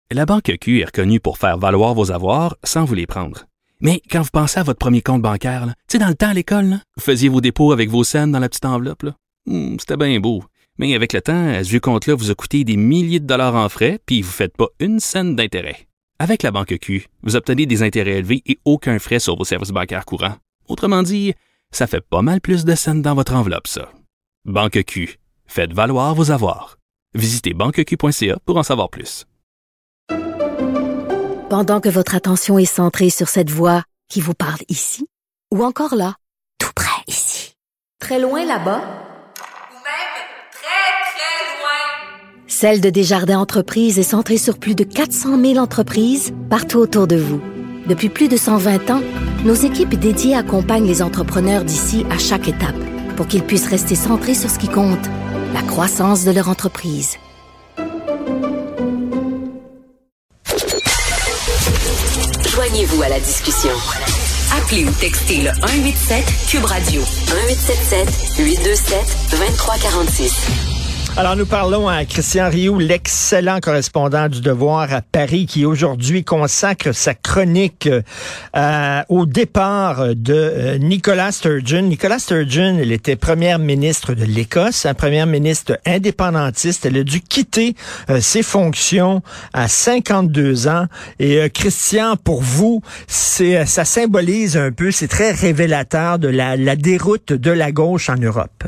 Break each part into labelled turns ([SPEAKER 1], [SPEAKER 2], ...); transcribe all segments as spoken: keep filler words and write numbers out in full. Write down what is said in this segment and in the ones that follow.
[SPEAKER 1] La Banque Q est reconnue pour faire valoir vos avoirs sans vous les prendre. Mais quand vous pensez à votre premier compte bancaire, tu sais, dans le temps à l'école, là, vous faisiez vos dépôts avec vos scènes dans la petite enveloppe. Là. Hum, c'était bien beau. Mais avec le temps, à ce vieux compte-là vous a coûté des milliers de dollars en frais, puis vous ne faites pas une scène d'intérêt. Avec la Banque Q, vous obtenez des intérêts élevés et aucun frais sur vos services bancaires courants. Autrement dit, ça fait pas mal plus de scènes dans votre enveloppe, ça. Banque Q. Faites valoir vos avoirs. Visitez banque q point c a pour en savoir plus.
[SPEAKER 2] Pendant que votre attention est centrée sur cette voix qui vous parle ici, ou encore là, tout près ici, très loin là-bas,
[SPEAKER 3] ou même très, très loin,
[SPEAKER 2] Celle de Desjardins Entreprises est centrée sur plus de quatre cent mille entreprises partout autour de vous. Depuis plus de cent vingt ans, nos équipes dédiées accompagnent les entrepreneurs d'ici à chaque étape pour qu'ils puissent rester centrés sur ce qui compte, la croissance de leur entreprise.
[SPEAKER 4] Joignez-vous à la discussion. Appelez ou textez le un huit sept Cube Radio un huit sept sept huit deux sept deux trois quatre six.
[SPEAKER 5] Alors, nous parlons à Christian Rioux, l'excellent correspondant du Devoir à Paris, qui aujourd'hui consacre sa chronique euh, au départ de euh, Nicola Sturgeon. Nicola Sturgeon, elle était première ministre de l'Écosse, hein, première ministre indépendantiste. Elle a dû quitter euh, ses fonctions à cinquante-deux ans. Et euh, Christian, pour vous, c'est ça symbolise un peu, c'est très révélateur de la, la déroute de la gauche en Europe.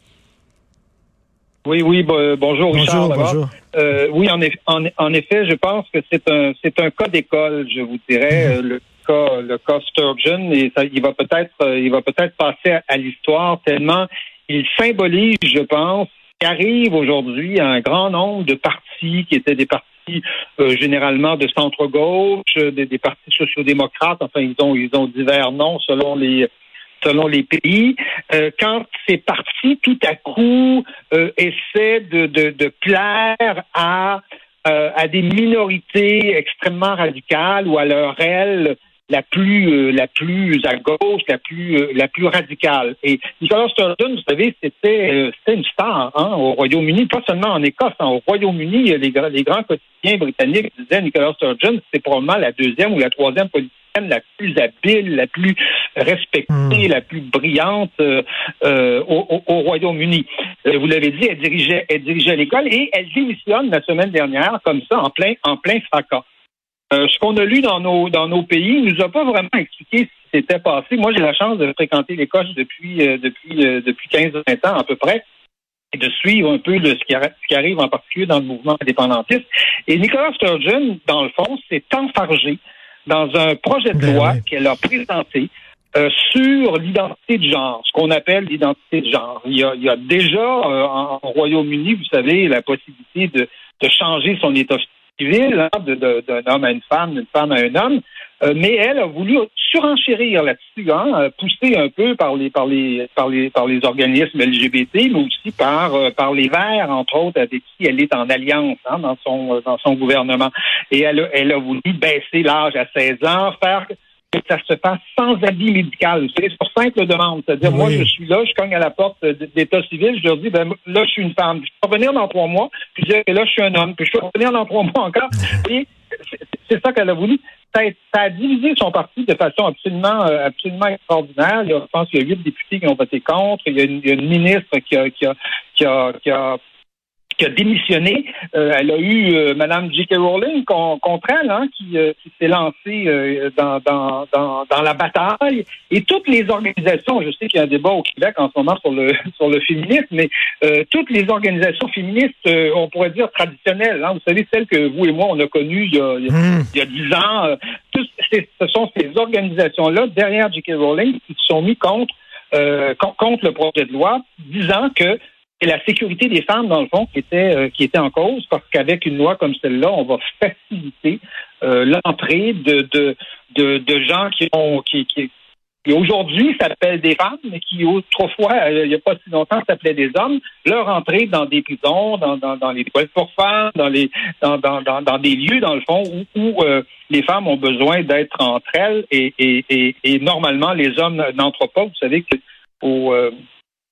[SPEAKER 6] Oui, oui, bon, bonjour Richard.
[SPEAKER 5] Bonjour, bonjour.
[SPEAKER 6] Euh, oui, en, eff- en, en effet, je pense que c'est un c'est un cas d'école, je vous dirais, mmh. le cas le cas Sturgeon, et ça, il va peut-être il va peut-être passer à, à l'histoire tellement il symbolise, je pense, ce qui arrive aujourd'hui à un grand nombre de partis qui étaient des partis euh, généralement de centre-gauche, des, des partis sociaux-démocrates. Enfin, ils ont ils ont divers noms selon les selon les pays, euh, quand ces partis, tout à coup, euh, essaient de, de, de plaire à, euh, à des minorités extrêmement radicales ou à leur aile la plus euh, la plus à gauche, la plus euh, la plus radicale. Et Nicola Sturgeon, vous savez, c'était euh, c'était une star hein, au Royaume-Uni, pas seulement en Écosse, hein, au Royaume-Uni, les, les grands quotidiens britanniques disaient Nicola Sturgeon, c'est probablement la deuxième ou la troisième politicienne la plus habile, la plus respectée, mmh. la plus brillante euh, euh, au, au, au Royaume-Uni. Euh, vous l'avez dit, elle dirigeait, elle dirigeait l'école et elle démissionne la semaine dernière, comme ça, en plein, en plein fracas. Euh, ce qu'on a lu dans nos, dans nos pays nous a pas vraiment expliqué ce qui s'était passé. Moi, j'ai la chance de fréquenter l'Écosse depuis, euh, depuis, euh, depuis quinze à vingt ans à peu près, et de suivre un peu le, ce, qui arri- ce qui arrive en particulier dans le mouvement indépendantiste. Et Nicola Sturgeon, dans le fond, s'est enfargée dans un projet de ben loi oui. qu'elle a présenté euh, sur l'identité de genre, ce qu'on appelle l'identité de genre. Il y a, il y a déjà euh, en, au Royaume-Uni, vous savez, la possibilité de, de changer son état civil, hein, de, de, d'un homme à une femme, d'une femme à un homme, euh, mais elle a voulu surenchérir là-dessus, hein, poussée un peu par les par les par les par les organismes L G B T, mais aussi par euh, par les Verts, entre autres, avec qui elle est en alliance hein, dans son dans son gouvernement. Et elle a, elle a voulu baisser l'âge à seize ans, faire que ça se fasse sans avis médical. C'est sur simple demande. C'est-à-dire, oui. moi, je suis là, je cogne à la porte d'état civil, je leur dis, ben là, je suis une femme. Je peux revenir dans trois mois, puis je dis, là, je suis un homme, puis je peux revenir dans trois mois encore. Et c'est, c'est ça qu'elle a voulu. Ça a, ça a divisé son parti de façon absolument, euh, absolument extraordinaire. Il y a, je pense qu'il y a huit députés qui ont voté contre. Il y a une, il y a une ministre qui a, qui a, qui a, qui a qui a démissionné. Euh, elle a eu euh, Mme J K Rowling con, contre elle, hein, qui, euh, qui s'est lancée euh, dans, dans, dans, dans la bataille. Et toutes les organisations, je sais qu'il y a un débat au Québec en ce moment sur le sur le féminisme, mais euh, toutes les organisations féministes, euh, on pourrait dire traditionnelles, hein, vous savez, celles que vous et moi, on a connues il y a, il y a, mmh. il y a dix ans, euh, tous, c'est, ce sont ces organisations-là, derrière J K Rowling, qui se sont mis contre, euh, contre le projet de loi, disant que c'est la sécurité des femmes, dans le fond, qui était euh, qui était en cause, parce qu'avec une loi comme celle-là, on va faciliter euh, l'entrée de, de de de gens qui ont qui qui, qui aujourd'hui s'appellent des femmes, mais qui autrefois, euh, il n'y a pas si longtemps, s'appelaient des hommes, leur entrée dans des prisons, dans dans, dans les toilettes pour femmes, dans les dans dans dans, dans des lieux, dans le fond, où, où euh, les femmes ont besoin d'être entre elles et et et, et normalement les hommes n'entrent pas. Vous savez que au euh,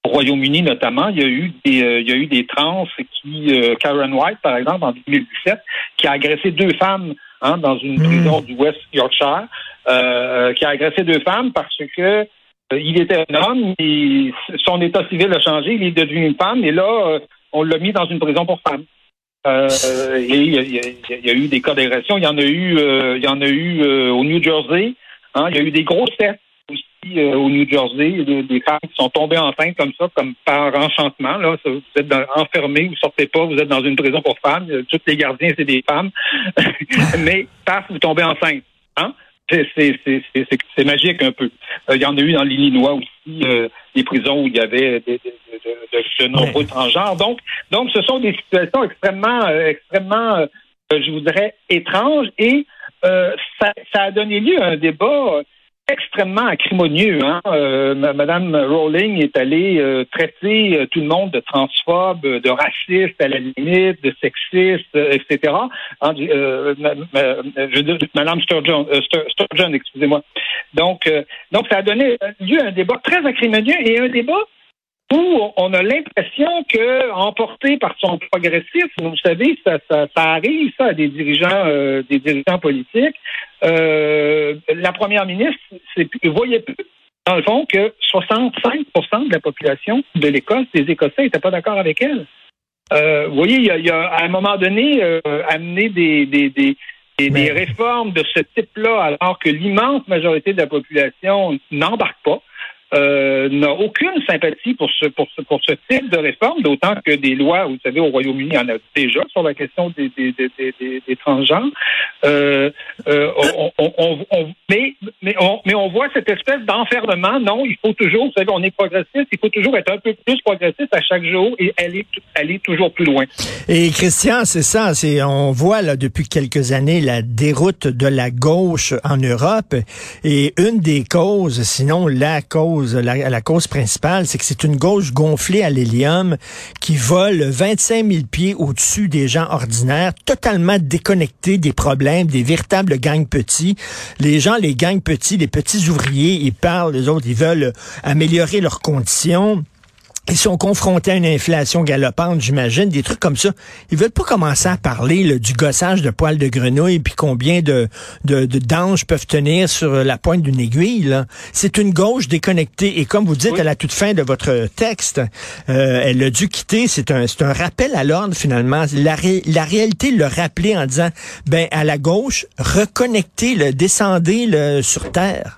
[SPEAKER 6] au Royaume-Uni notamment, il y a eu des, euh, il y a eu des trans qui, euh, Karen White par exemple en deux mille dix-sept, qui a agressé deux femmes hein, dans une mmh. prison du West Yorkshire, euh, qui a agressé deux femmes parce que euh, il était un homme, et son état civil a changé, il est devenu une femme et là euh, on l'a mis dans une prison pour femmes. Euh, et il y, y, y a eu des cas d'agression, il y en a eu, euh, il y en a eu euh, au New Jersey, hein, il y a eu des grossesses aussi euh, au New Jersey, des, des femmes qui sont tombées enceintes comme ça, comme par enchantement. Là, vous êtes dans, enfermés, vous sortez pas, vous êtes dans une prison pour femmes. Tous les gardiens, c'est des femmes. Mais paf, vous tombez enceinte. Hein? C'est, c'est, c'est, c'est, c'est, c'est magique un peu. Euh, il y en a eu dans l'Illinois aussi, euh, des prisons où il y avait des, de, de, de, de nombreux transgenres. Donc, donc, ce sont des situations extrêmement, euh, extrêmement, euh, je vous dirais, étranges. Et euh, ça, ça a donné lieu à un débat extrêmement acrimonieux. Hein? Euh, Madame Rowling est allée euh, traiter euh, tout le monde de transphobe, de raciste à la limite, de sexiste, euh, et cetera. Hein, euh, ma, ma, je, Madame Sturgeon, euh, Sturgeon, excusez-moi. Donc, euh, donc ça a donné lieu à un débat très acrimonieux et un débat où on a l'impression que, emporté par son progressisme, vous savez, ça, ça, ça arrive, ça, à des dirigeants, euh, des dirigeants politiques. Euh, la première ministre, c'est, voyait plus, dans le fond, que soixante-cinq pour cent de la population de l'Écosse, des Écossais, n'étaient pas d'accord avec elle. Euh, vous voyez, il y a, il y a à un moment donné euh, amené des, des, des, des, des réformes de ce type-là, alors que l'immense majorité de la population n'embarque pas. Euh, n'a aucune sympathie pour ce, pour ce pour ce type de réforme, d'autant que des lois, vous savez, au Royaume-Uni, il y en a déjà sur la question des, des, des, des, des transgenres. Euh, euh, on, on, on, on, mais, mais, on, mais on voit cette espèce d'enfermement. Non, il faut toujours, vous savez, on est progressiste, il faut toujours être un peu plus progressiste à chaque jour et aller, aller toujours plus loin.
[SPEAKER 5] Et Christian, c'est ça, c'est, on voit là depuis quelques années la déroute de la gauche en Europe et une des causes, sinon la cause La, la cause principale, c'est que c'est une gauche gonflée à l'hélium qui vole vingt-cinq mille pieds au-dessus des gens ordinaires, totalement déconnectés des problèmes, des véritables gangs petits. Les gens, les gangs petits, les petits ouvriers, ils parlent, les autres, ils veulent améliorer leurs conditions. Ils sont confrontés à une inflation galopante, j'imagine, des trucs comme ça. Ils veulent pas commencer à parler là, du gossage de poils de grenouille puis combien de, de, de d'anges peuvent tenir sur la pointe d'une aiguille. Là. C'est une gauche déconnectée. Et comme vous dites oui. à la toute fin de votre texte, euh, elle a dû quitter. C'est un, c'est un rappel à l'ordre, finalement. La, ré, la réalité l'a rappelé en disant, ben à la gauche, reconnectez, le, descendez le, sur terre.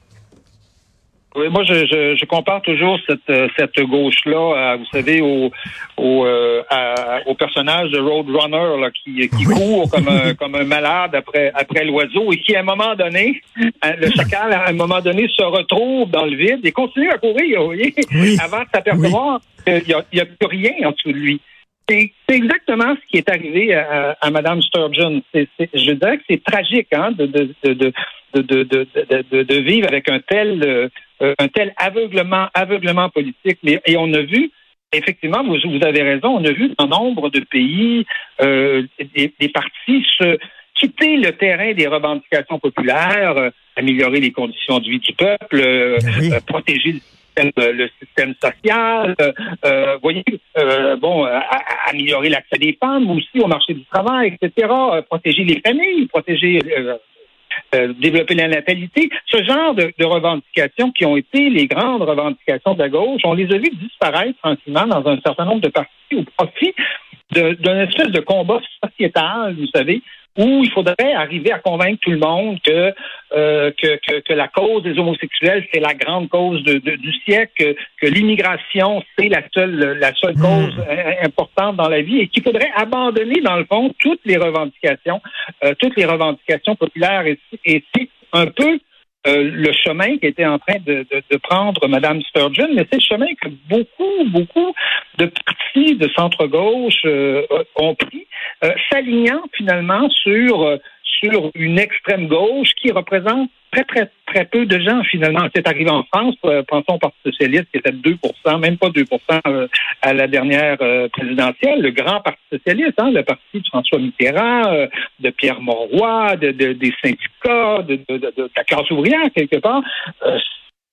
[SPEAKER 6] Oui, moi, je, je, je compare toujours cette, cette gauche-là, à, vous savez, au, au, euh, à, au personnage de Roadrunner là, qui, qui court comme un, comme un malade après, après l'oiseau et qui, à un moment donné, le chacal, à un moment donné, se retrouve dans le vide et continue à courir, vous voyez, oui. avant de s'apercevoir oui. qu'il n'y a, a plus rien en dessous de lui. C'est, c'est exactement ce qui est arrivé à, à, à Mme Sturgeon. C'est, c'est, je dirais que c'est tragique hein, de, de, de, de, de, de, de, de, de vivre avec un tel... Euh, un tel aveuglement, aveuglement politique. Mais, et on a vu, effectivement, vous, vous avez raison, on a vu dans nombre de pays euh, des, des partis se quitter le terrain des revendications populaires, euh, améliorer les conditions de vie du peuple, euh, oui. euh, protéger le système, le système social, euh, euh, voyez, euh, bon, à, à améliorer l'accès des femmes aussi au marché du travail, et cetera, euh, protéger les familles, protéger... Euh, Euh, développer la natalité, ce genre de, de revendications qui ont été les grandes revendications de la gauche, on les a vues disparaître tranquillement dans un certain nombre de partis au profit de, d'un espèce de combat sociétal, vous savez, où il faudrait arriver à convaincre tout le monde que, euh, que, que, que la cause des homosexuels, c'est la grande cause de, de, du siècle, que, que l'immigration, c'est la seule, la seule cause mmh. importante dans la vie et qu'il faudrait abandonner, dans le fond, toutes les revendications, euh, toutes les revendications populaires. Et, et c'est un peu euh, le chemin qui était en train de, de, de prendre Mme Sturgeon, mais c'est le chemin que beaucoup, beaucoup de partis de centre-gauche euh, ont pris, euh, s'alignant finalement sur, euh, sur une extrême gauche qui représente très, très, très peu de gens, finalement. C'est arrivé en France, euh, pensons au Parti socialiste qui était de deux pour cent, même pas deux pour cent euh, à la dernière euh, présidentielle, le grand Parti socialiste, hein, le parti de François Mitterrand, euh, de Pierre Mauroy, de, de, des syndicats, de, de, de, de la classe ouvrière, quelque part. Euh,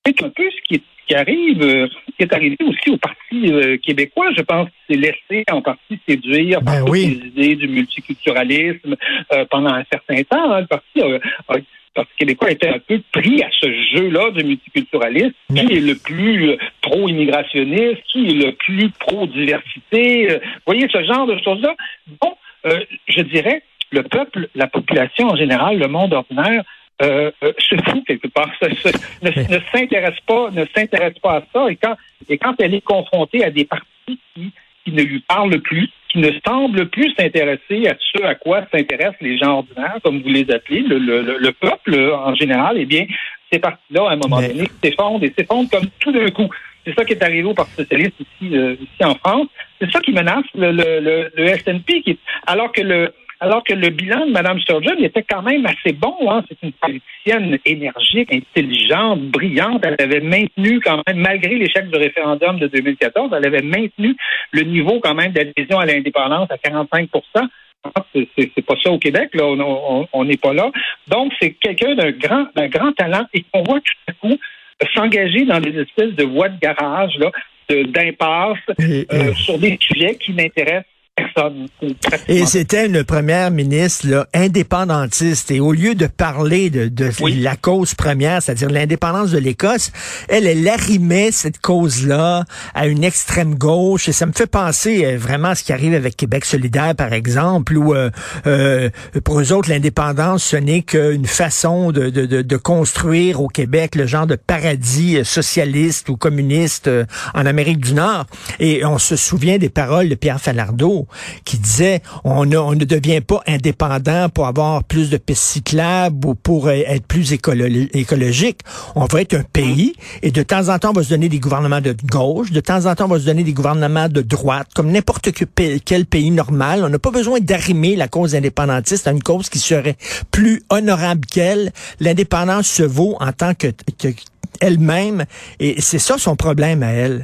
[SPEAKER 6] c'est un peu ce qui, est, qui arrive, euh, ce qui est arrivé aussi au Parti euh, québécois. Je pense qu'il s'est laissé en partie séduire
[SPEAKER 5] ben
[SPEAKER 6] par
[SPEAKER 5] oui.
[SPEAKER 6] toutes les idées du multiculturalisme euh, pendant un certain temps. Hein. Le Parti euh, a Le Parti québécois était un peu pris à ce jeu-là du multiculturalisme. Qui est le plus pro-immigrationniste? Qui est le plus pro-diversité? Vous voyez, ce genre de choses-là. Bon, euh, je dirais, le peuple, la population en général, le monde ordinaire, euh, euh, se fout quelque part. Se, se, ne, ne s'intéresse pas, ne s'intéresse pas à ça. Et quand, et quand elle est confrontée à des partis qui, qui ne lui parlent plus, qui ne semblent plus s'intéresser à ce à quoi s'intéressent les gens ordinaires, comme vous les appelez, le, le, le peuple en général, eh bien, ces partis-là, à un moment Mais... donné, s'effondrent et s'effondrent comme tout d'un coup. C'est ça qui est arrivé au Parti socialiste ici, euh, ici en France. C'est ça qui menace le, le, le, le S N P, qui est, alors que le alors que le bilan de Mme Sturgeon il était quand même assez bon. Hein. C'est une politicienne énergique, intelligente, brillante. Elle avait maintenu quand même, malgré l'échec du référendum de deux mille quatorze, elle avait maintenu le niveau quand même d'adhésion à l'indépendance à quarante-cinq pour cent. C'est, c'est, c'est pas ça au Québec, là, on n'est pas là. Donc, c'est quelqu'un d'un grand, d'un grand talent et qu'on voit tout à coup s'engager dans des espèces de voies de garage, là, de, d'impasse, euh, euh, sur des sujets qui n'intéressent personne.
[SPEAKER 5] Et c'était une première ministre là, indépendantiste. Et au lieu de parler de, de oui. la cause première, c'est-à-dire l'indépendance de l'Écosse, elle, elle arrimait cette cause-là à une extrême gauche. Et ça me fait penser euh, vraiment à ce qui arrive avec Québec solidaire, par exemple, où euh, euh, pour eux autres, l'indépendance, ce n'est qu'une façon de, de, de, de construire au Québec le genre de paradis socialiste ou communiste euh, en Amérique du Nord. Et on se souvient des paroles de Pierre Falardeau qui disait on, ne, on ne devient pas indépendant pour avoir plus de pistes cyclables ou pour être plus écolo- écologique. On va être un pays et de temps en temps, on va se donner des gouvernements de gauche, de temps en temps, on va se donner des gouvernements de droite, comme n'importe quel pays normal. On n'a pas besoin d'arrimer la cause indépendantiste à une cause qui serait plus honorable qu'elle. L'indépendance se vaut en tant que, que elle-même et c'est ça son problème à elle.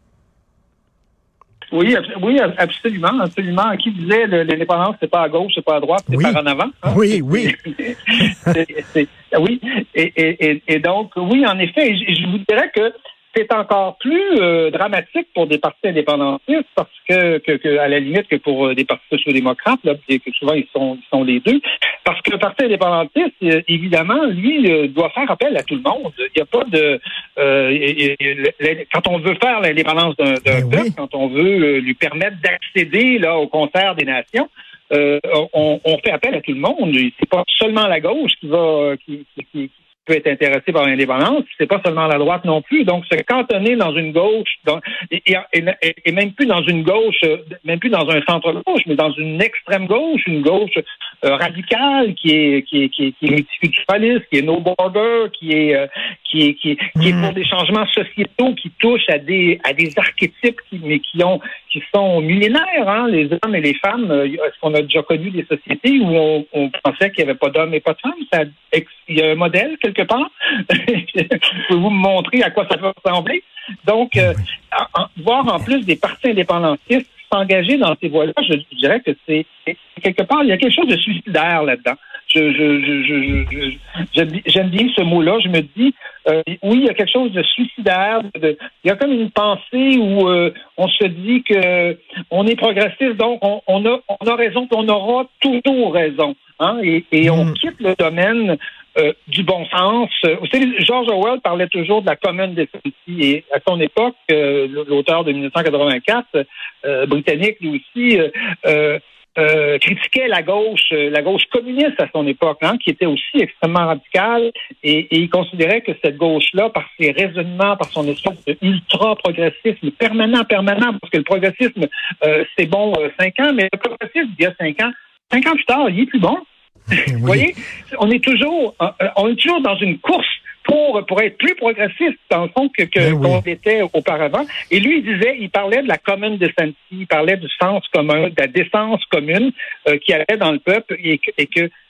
[SPEAKER 6] Oui, oui, absolument, absolument. Qui disait le, l'indépendance, c'est pas à gauche, c'est pas à droite, c'est
[SPEAKER 5] oui.
[SPEAKER 6] par en avant. Hein?
[SPEAKER 5] Oui, oui.
[SPEAKER 6] c'est, c'est, oui, et, et, et donc, oui, en effet, je, je vous dirais que c'est encore plus euh, dramatique pour des partis indépendantistes parce que, que, que, à la limite, que pour des partis sociaux-démocrates, là, et que souvent ils sont, ils sont les deux. Parce que le parti indépendantiste, euh, évidemment, lui, euh, doit faire appel à tout le monde. Il n'y a pas de... Euh, et, et, et, quand on veut faire l'indépendance d'un, d'un ben peuple, oui. quand on veut euh, lui permettre d'accéder là au concert des nations, euh, on, on fait appel à tout le monde. C'est pas seulement la gauche qui va... qui, qui, qui peut être intéressé par l'indépendance, c'est pas seulement la droite non plus. Donc, se cantonner dans une gauche, dans, et, et, et même plus dans une gauche, même plus dans un centre-gauche, mais dans une extrême gauche, une gauche euh, radicale qui est qui est qui est, qui est multiculturaliste, qui est no border, qui est euh, qui est qui est, qui est pour des changements sociétaux qui touchent à des à des archétypes qui mais qui ont qui sont millénaires, hein, les hommes et les femmes. Euh, est-ce qu'on a déjà connu des sociétés où on, on pensait qu'il n'y avait pas d'hommes et pas de femmes? Ça, il y a un modèle quelque part. Pouvez-vous me montrer à quoi ça peut ressembler? Donc, euh, en, voir en plus des partis indépendantistes s'engager dans ces voies-là, je, je dirais que c'est, c'est quelque part, il y a quelque chose de suicidaire là-dedans. Je, je, je, je, je, j'aime, j'aime bien ce mot-là. Je me dis, euh, oui, il y a quelque chose de suicidaire. De, il y a comme une pensée où euh, on se dit que on est progressiste, donc on, on a, on a raison, puis on aura toujours raison. Hein, et, et on quitte le domaine euh, du bon sens. Vous savez, George Orwell parlait toujours de la common decency. Et à son époque, euh, l'auteur de dix-neuf cent quatre-vingt-quatre, euh, britannique lui aussi, euh, euh, euh, critiquait la gauche, la gauche communiste à son époque, hein, qui était aussi extrêmement radicale. Et, et il considérait que cette gauche-là, par ses raisonnements, par son espèce de ultra-progressisme permanent, permanent, parce que le progressisme, euh, c'est bon euh, cinq ans, mais le progressisme, il y a cinq ans, Cinq ans plus tard, il est plus bon. Oui. Vous voyez, on est toujours, on est toujours dans une course pour pour être plus progressiste dans le fond que, que oui. qu'on était auparavant. Et lui, il disait, il parlait de la common decency, il parlait du sens commun, de la décence commune euh, qui allait dans le peuple et que, et que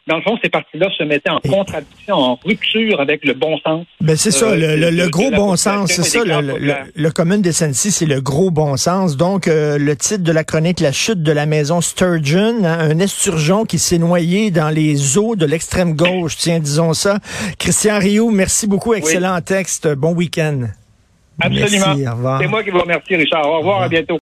[SPEAKER 6] dans le fond, ces partis-là se mettaient en contradiction, en rupture avec le bon sens.
[SPEAKER 5] Ben c'est ça,
[SPEAKER 6] euh,
[SPEAKER 5] le, le, le
[SPEAKER 6] de,
[SPEAKER 5] gros
[SPEAKER 6] de
[SPEAKER 5] bon sens, c'est ça, le, le, le commune Decency, c'est le gros bon sens. Donc, euh, le titre de la chronique, La chute de la maison Sturgeon, hein, un esturgeon qui s'est noyé dans les eaux de l'extrême gauche, tiens, disons ça. Christian Rioux, merci beaucoup, excellent oui. texte, bon week-end.
[SPEAKER 6] Absolument.
[SPEAKER 5] Merci, au revoir.
[SPEAKER 6] C'est moi qui vous remercie, Richard. Au revoir, au revoir. À bientôt.